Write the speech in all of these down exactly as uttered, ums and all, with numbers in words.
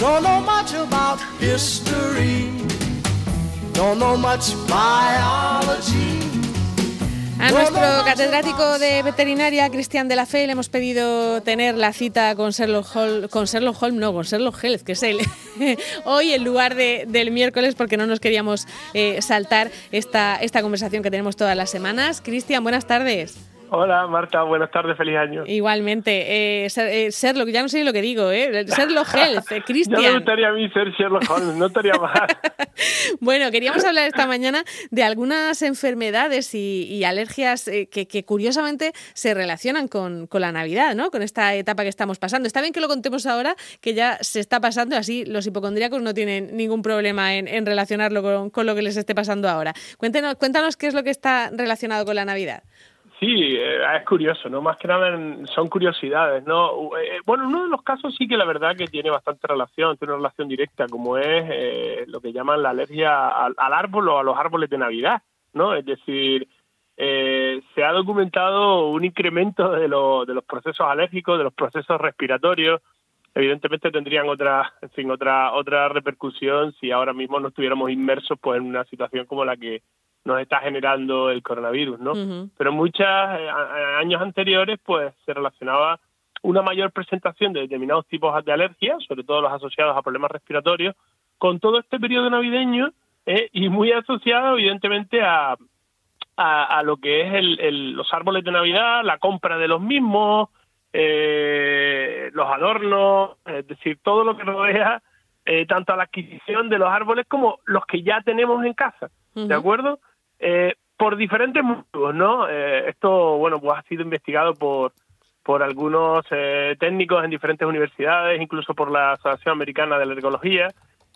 Don't know much about history. Don't know much biology. A nuestro catedrático de veterinaria, Cristian de la Fe, le hemos pedido tener la cita con Sherlock Holmes, con Sherlock Holmes, no, con Sherlock Health, que es él, hoy en lugar de, del miércoles, porque no nos queríamos eh, saltar esta, esta conversación que tenemos todas las semanas. Cristian, buenas tardes. Hola Marta, buenas tardes, feliz año. Igualmente, eh, Sherlock, ya no sé lo que digo, ¿eh? Sherlock Health, eh, Cristian. Ya me gustaría a mí ser Sherlock Holmes, no estaría mal. Bueno, queríamos hablar esta mañana de algunas enfermedades y, y alergias eh, que, que curiosamente se relacionan con, con la Navidad, ¿no? Con esta etapa que estamos pasando. Está bien que lo contemos ahora, que ya se está pasando, así los hipocondríacos no tienen ningún problema en, en relacionarlo con, con lo que les esté pasando ahora. Cuéntanos, cuéntanos qué es lo que está relacionado con la Navidad. Sí, eh, es curioso, ¿no? Más que nada son curiosidades, ¿no? Eh, bueno, uno de los casos sí que la verdad que tiene bastante relación, tiene una relación directa, como es eh, lo que llaman la alergia al, al árbol o a los árboles de Navidad, ¿no? Es decir, eh, se ha documentado un incremento de, lo, de los procesos alérgicos, de los procesos respiratorios. Evidentemente tendrían otra, en fin, otra otra repercusión si ahora mismo no estuviéramos inmersos pues en una situación como la que nos está generando el coronavirus, ¿no? Uh-huh. Pero muchos eh, años anteriores, pues, se relacionaba una mayor presentación de determinados tipos de alergias, sobre todo los asociados a problemas respiratorios, con todo este periodo navideño eh, y muy asociado, evidentemente, a, a, a lo que es el, el, los árboles de Navidad, la compra de los mismos, eh, los adornos, es decir, todo lo que rodea eh, tanto a la adquisición de los árboles como los que ya tenemos en casa, ¿de uh-huh. acuerdo? Eh, por diferentes motivos, ¿no? Eh, esto, bueno, pues ha sido investigado por por algunos eh, técnicos en diferentes universidades, incluso por la Asociación Americana de Alergología,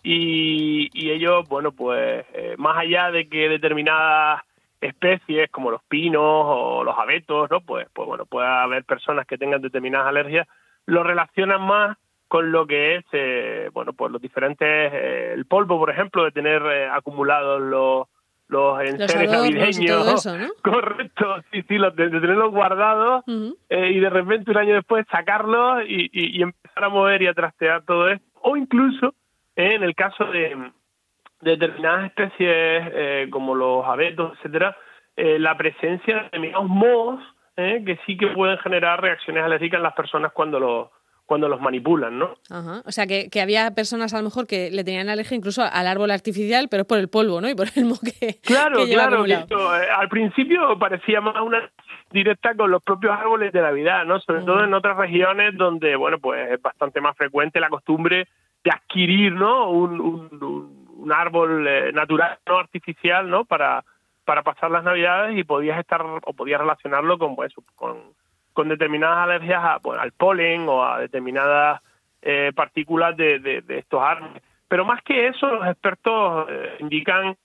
y, y ellos, bueno, pues eh, más allá de que determinadas especies como los pinos o los abetos, ¿no? Pues, pues bueno, puede haber personas que tengan determinadas alergias, lo relacionan más con lo que es, eh, bueno, pues los diferentes, eh, el polvo, por ejemplo, de tener eh, acumulados los los enseres navideños, y todo eso, ¿no? Correcto, sí, sí, los de, de tenerlos guardados uh-huh. eh, y de repente un año después sacarlos y, y, y empezar a mover y a trastear todo esto, o incluso eh, en el caso de, de determinadas especies eh, como los abetos, etcétera, eh, la presencia de determinados mohos eh, que sí que pueden generar reacciones alérgicas en las personas cuando los cuando los manipulan, ¿no? Ajá. O sea, que, que había personas a lo mejor que le tenían alergia incluso al árbol artificial, pero es por el polvo, ¿no? Y por el moho que Claro, que lleva claro. acumulado. Esto, eh, al principio parecía más una directa con los propios árboles de Navidad, ¿no? Sobre uh-huh. todo en otras regiones donde, bueno, pues es bastante más frecuente la costumbre de adquirir, ¿no? Un, un, un árbol eh, natural, no artificial, ¿no? Para, para pasar las Navidades y podías estar o podías relacionarlo con, pues, con con determinadas alergias a, bueno, al polen o a determinadas eh, partículas de, de, de estos árboles. Pero más que eso, los expertos eh, indican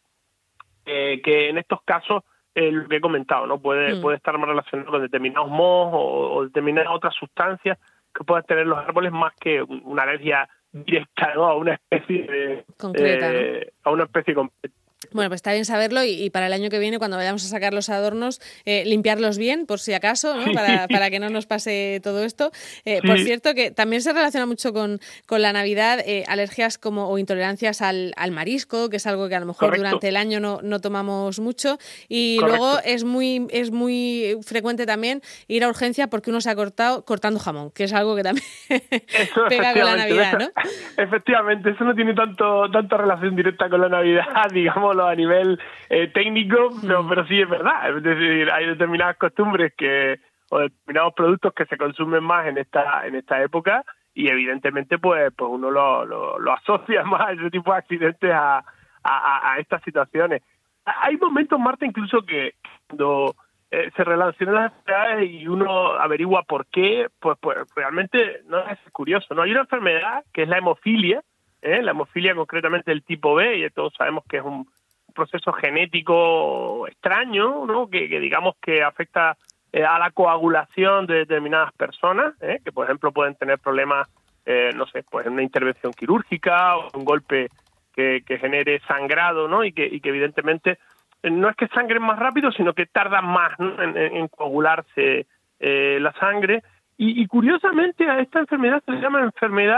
eh, que en estos casos, eh, lo que he comentado, ¿no? Puede, mm. puede estar más relacionado con determinados mohos o, o determinadas otras sustancias que puedan tener los árboles más que una alergia directa, ¿no? A una especie de, concreta, eh, ¿no? A una especie concreta. Bueno, pues está bien saberlo y, y para el año que viene, cuando vayamos a sacar los adornos, eh, limpiarlos bien, por si acaso, ¿no? Para, para que no nos pase todo esto. Eh, sí. Por cierto, que también se relaciona mucho con, con la Navidad, eh, alergias como o intolerancias al, al marisco, que es algo que a lo mejor Correcto. Durante el año no, no tomamos mucho. Y Correcto. Luego es muy es muy frecuente también ir a urgencia porque uno se ha cortado cortando jamón, que es algo que también eso, pega con la Navidad, ¿no? Efectivamente, eso no tiene tanto tanta relación directa con la Navidad, digamos, a nivel eh, técnico, pero, pero sí es verdad. Es decir, hay determinadas costumbres que o determinados productos que se consumen más en esta en esta época y evidentemente pues pues uno lo, lo, lo asocia más a ese tipo de accidentes a, a, a estas situaciones. Hay momentos, Marta, incluso que cuando eh, se relacionan las enfermedades y uno averigua por qué, pues, pues realmente no es curioso, ¿no? Hay una enfermedad que es la hemofilia, ¿eh? La hemofilia concretamente del tipo B, y todos sabemos que es un proceso genético extraño, ¿no? Que, que digamos que afecta eh, a la coagulación de determinadas personas, ¿eh? Que por ejemplo pueden tener problemas, eh, no sé, pues en una intervención quirúrgica o un golpe que, que genere sangrado, ¿no? Y que, y que evidentemente no es que sangren más rápido, sino que tardan más, ¿no? en, en coagularse eh, la sangre. Y, y curiosamente a esta enfermedad se le llama enfermedad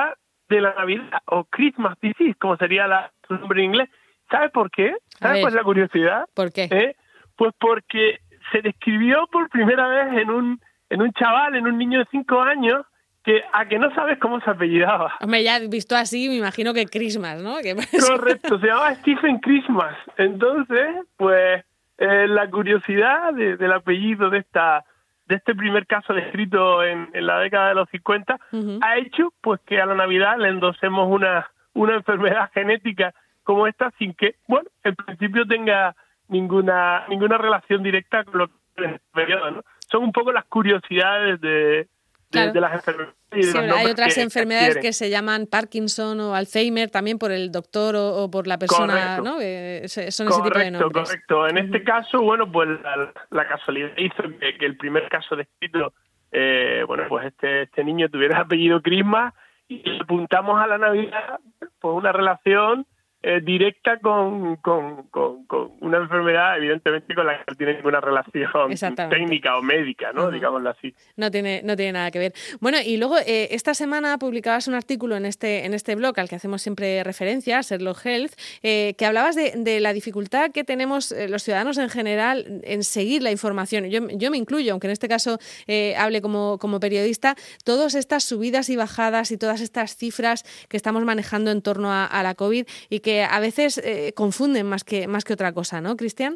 de la Navidad, o Christmas disease, como sería la, su nombre en inglés. ¿Sabes por qué? ¿Sabes cuál es la curiosidad? ¿Por qué? ¿Eh? Pues porque se describió por primera vez en un en un chaval, en un niño de cinco años, que a que no sabes cómo se apellidaba. Hombre, ya visto así, me imagino que Christmas, ¿no? Que Correcto, se llamaba Stephen Christmas. Entonces, pues, eh, la curiosidad de, del apellido de esta de este primer caso descrito en, en la década de los cincuenta uh-huh. ha hecho pues que a la Navidad le endosemos una, una enfermedad genética como esta sin que, bueno, en principio tenga ninguna ninguna relación directa con lo que es el periodo, ¿no? Son un poco las curiosidades de, claro. de, de las enfermedades. Y de sí, los hay otras que, enfermedades que, que se llaman Parkinson o Alzheimer también por el doctor o, o por la persona, correcto. ¿no? Eh, son correcto, ese tipo de nombres. Correcto, en uh-huh. este caso, bueno, pues la, la casualidad hizo que, que el primer caso descrito, eh, bueno, pues este este niño tuviera el apellido Christmas y le apuntamos a la Navidad por una relación Eh, directa con, con, con, con una enfermedad, evidentemente, con la que no tiene ninguna relación técnica o médica, ¿no? Uh-huh. Digámoslo así. No tiene, no tiene nada que ver. Bueno, y luego eh, esta semana publicabas un artículo en este, en este blog al que hacemos siempre referencia, Sherlock Health, eh, que hablabas de, de la dificultad que tenemos eh, los ciudadanos en general en seguir la información. Yo, yo me incluyo, aunque en este caso eh, hable como, como periodista, todas estas subidas y bajadas y todas estas cifras que estamos manejando en torno a, a la COVID y que que a veces eh, confunden más que más que otra cosa, ¿no, Cristian?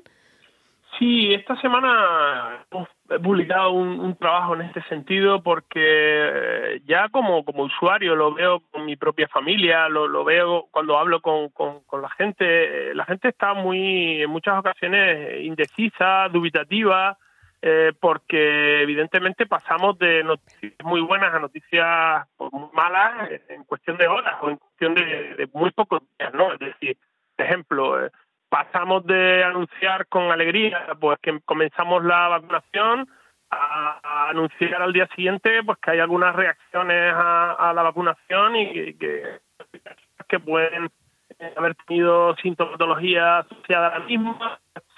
Sí, esta semana hemos publicado un, un trabajo en este sentido porque ya como, como usuario lo veo con mi propia familia, lo, lo veo cuando hablo con, con, con la gente. La gente está muy, en muchas ocasiones, indecisa, dubitativa, eh, porque evidentemente pasamos de noticias muy buenas a noticias pues, muy malas en cuestión de horas o en cuestión de, de muy pocos días, ¿no? Es decir, por ejemplo, eh, pasamos de anunciar con alegría pues que comenzamos la vacunación a, a anunciar al día siguiente pues que hay algunas reacciones a, a la vacunación y que, que pueden haber tenido sintomatología asociada a la misma.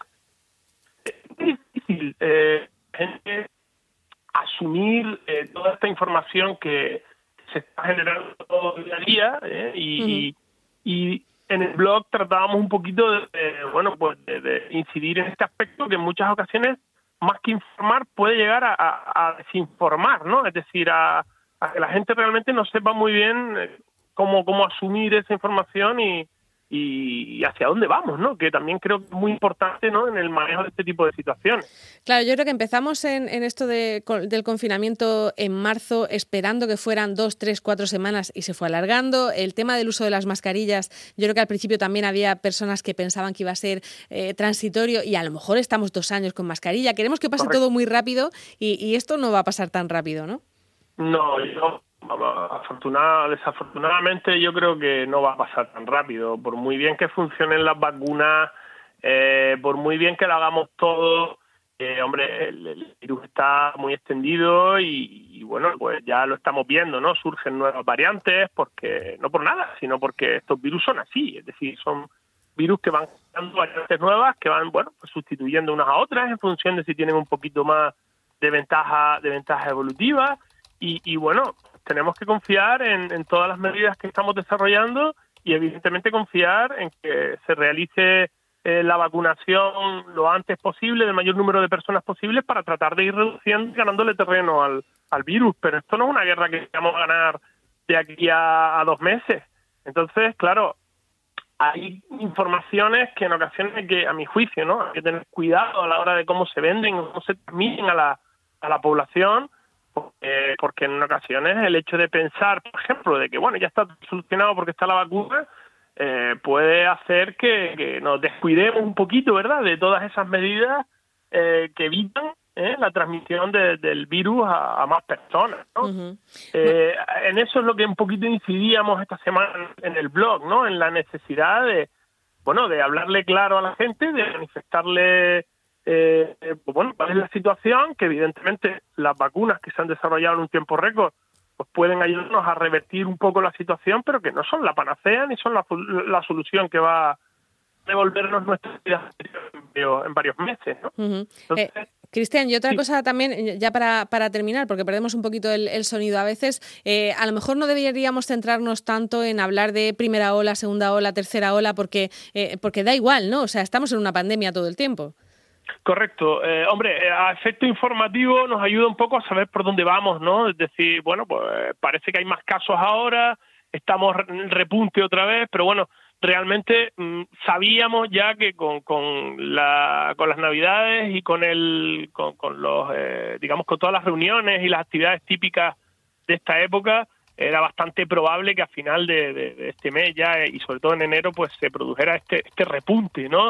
Es difícil eh, gente asumir eh, toda esta información que se está generando todo el día a día eh, y, uh-huh. y, y en el blog tratábamos un poquito de, de bueno pues de, de incidir en este aspecto que en muchas ocasiones más que informar puede llegar a, a, a desinformar, ¿no? Es decir, a, a que la gente realmente no sepa muy bien cómo cómo asumir esa información y y hacia dónde vamos, ¿no? Que también creo que es muy importante, ¿no? En el manejo de este tipo de situaciones. Claro, yo creo que empezamos en, en esto de, del confinamiento en marzo, esperando que fueran dos, tres, cuatro semanas y se fue alargando. El tema del uso de las mascarillas, yo creo que al principio también había personas que pensaban que iba a ser eh, transitorio y a lo mejor estamos dos años con mascarilla. Queremos que pase Correcto. Todo muy rápido y, y esto no va a pasar tan rápido, ¿no? No, yo... Afortunada, desafortunadamente yo creo que no va a pasar tan rápido. Por muy bien que funcionen las vacunas, eh, por muy bien que lo hagamos todo, eh, hombre, el, el virus está muy extendido y, y bueno, pues ya lo estamos viendo, ¿no? Surgen nuevas variantes, porque no por nada, sino porque estos virus son así, es decir, son virus que van creando variantes nuevas, que van, bueno, pues sustituyendo unas a otras en función de si tienen un poquito más de ventaja, de ventaja evolutiva y, y bueno, tenemos que confiar en, en todas las medidas que estamos desarrollando y evidentemente confiar en que se realice eh, la vacunación lo antes posible del mayor número de personas posibles para tratar de ir reduciendo y ganándole terreno al, al virus. Pero esto no es una guerra que vamos a ganar de aquí a, a dos meses. Entonces, claro, hay informaciones que en ocasiones hay que, a mi juicio, ¿no? Hay que tener cuidado a la hora de cómo se venden, cómo se transmiten a la, a la población. Eh, porque en ocasiones el hecho de pensar, por ejemplo, de que bueno ya está solucionado porque está la vacuna, eh, puede hacer que, que nos descuidemos un poquito, ¿verdad?, de todas esas medidas eh, que evitan eh, la transmisión de, del virus a, a más personas, ¿no? Uh-huh. Eh, en eso es lo que un poquito incidíamos esta semana en el blog, ¿no?, en la necesidad de, bueno, de hablarle claro a la gente, de manifestarle Eh, eh, pues bueno, cuál es la situación, que evidentemente las vacunas que se han desarrollado en un tiempo récord pues pueden ayudarnos a revertir un poco la situación, pero que no son la panacea ni son la, la solución que va devolvernos nuestras vidas en varios meses, ¿no? Uh-huh. Entonces, eh, Cristian, y otra sí. cosa también, ya para, para terminar, porque perdemos un poquito el, el sonido a veces, eh, a lo mejor no deberíamos centrarnos tanto en hablar de primera ola, segunda ola, tercera ola, porque, eh, porque da igual, ¿no? O sea, estamos en una pandemia todo el tiempo. Correcto. Eh, hombre, a efecto informativo nos ayuda un poco a saber por dónde vamos, ¿no? Es decir, bueno, pues parece que hay más casos ahora, estamos en repunte otra vez, pero bueno, realmente mmm, sabíamos ya que con, con, la, con las Navidades y con el con, con los eh, digamos con todas las reuniones y las actividades típicas de esta época era bastante probable que a final de, de, de este mes ya y sobre todo en enero pues se produjera este este repunte, ¿no?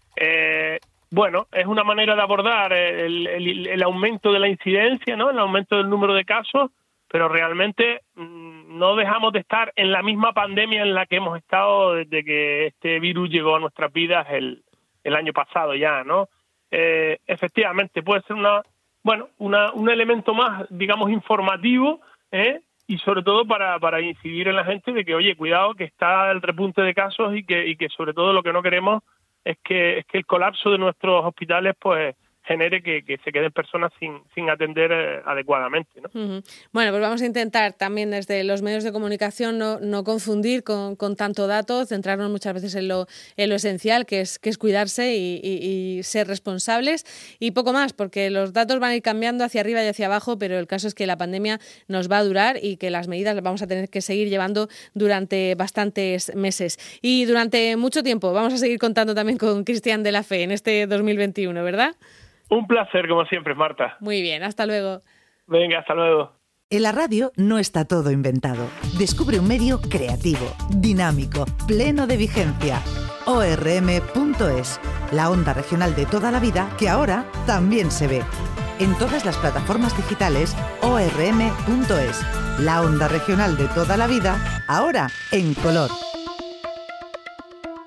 Eh, bueno, es una manera de abordar el, el, el aumento de la incidencia, ¿no? El aumento del número de casos, pero realmente mmm, no dejamos de estar en la misma pandemia en la que hemos estado desde que este virus llegó a nuestras vidas el, el año pasado ya, ¿no? Eh, efectivamente, puede ser una, bueno, una, un elemento más, digamos, informativo, ¿eh? Y sobre todo para, para incidir en la gente de que, oye, cuidado, que está el repunte de casos y que, y que sobre todo lo que no queremos es que, es que el colapso de nuestros hospitales, pues, genere que, que se queden personas sin, sin atender eh, adecuadamente, ¿no? Uh-huh. Bueno, pues vamos a intentar también desde los medios de comunicación no, no confundir con, con tanto dato, centrarnos muchas veces en lo, en lo esencial, que es, que es cuidarse y, y, y ser responsables y poco más, porque los datos van a ir cambiando hacia arriba y hacia abajo, pero el caso es que la pandemia nos va a durar y que las medidas las vamos a tener que seguir llevando durante bastantes meses. Y durante mucho tiempo vamos a seguir contando también con Cristian de la Fe en este dos mil veintiuno, ¿verdad? Un placer, como siempre, Marta. Muy bien, hasta luego. Venga, hasta luego. En la radio no está todo inventado. Descubre un medio creativo, dinámico, pleno de vigencia. O R M punto es, la onda regional de toda la vida que ahora también se ve. En todas las plataformas digitales, O R M punto es, la onda regional de toda la vida, ahora en color.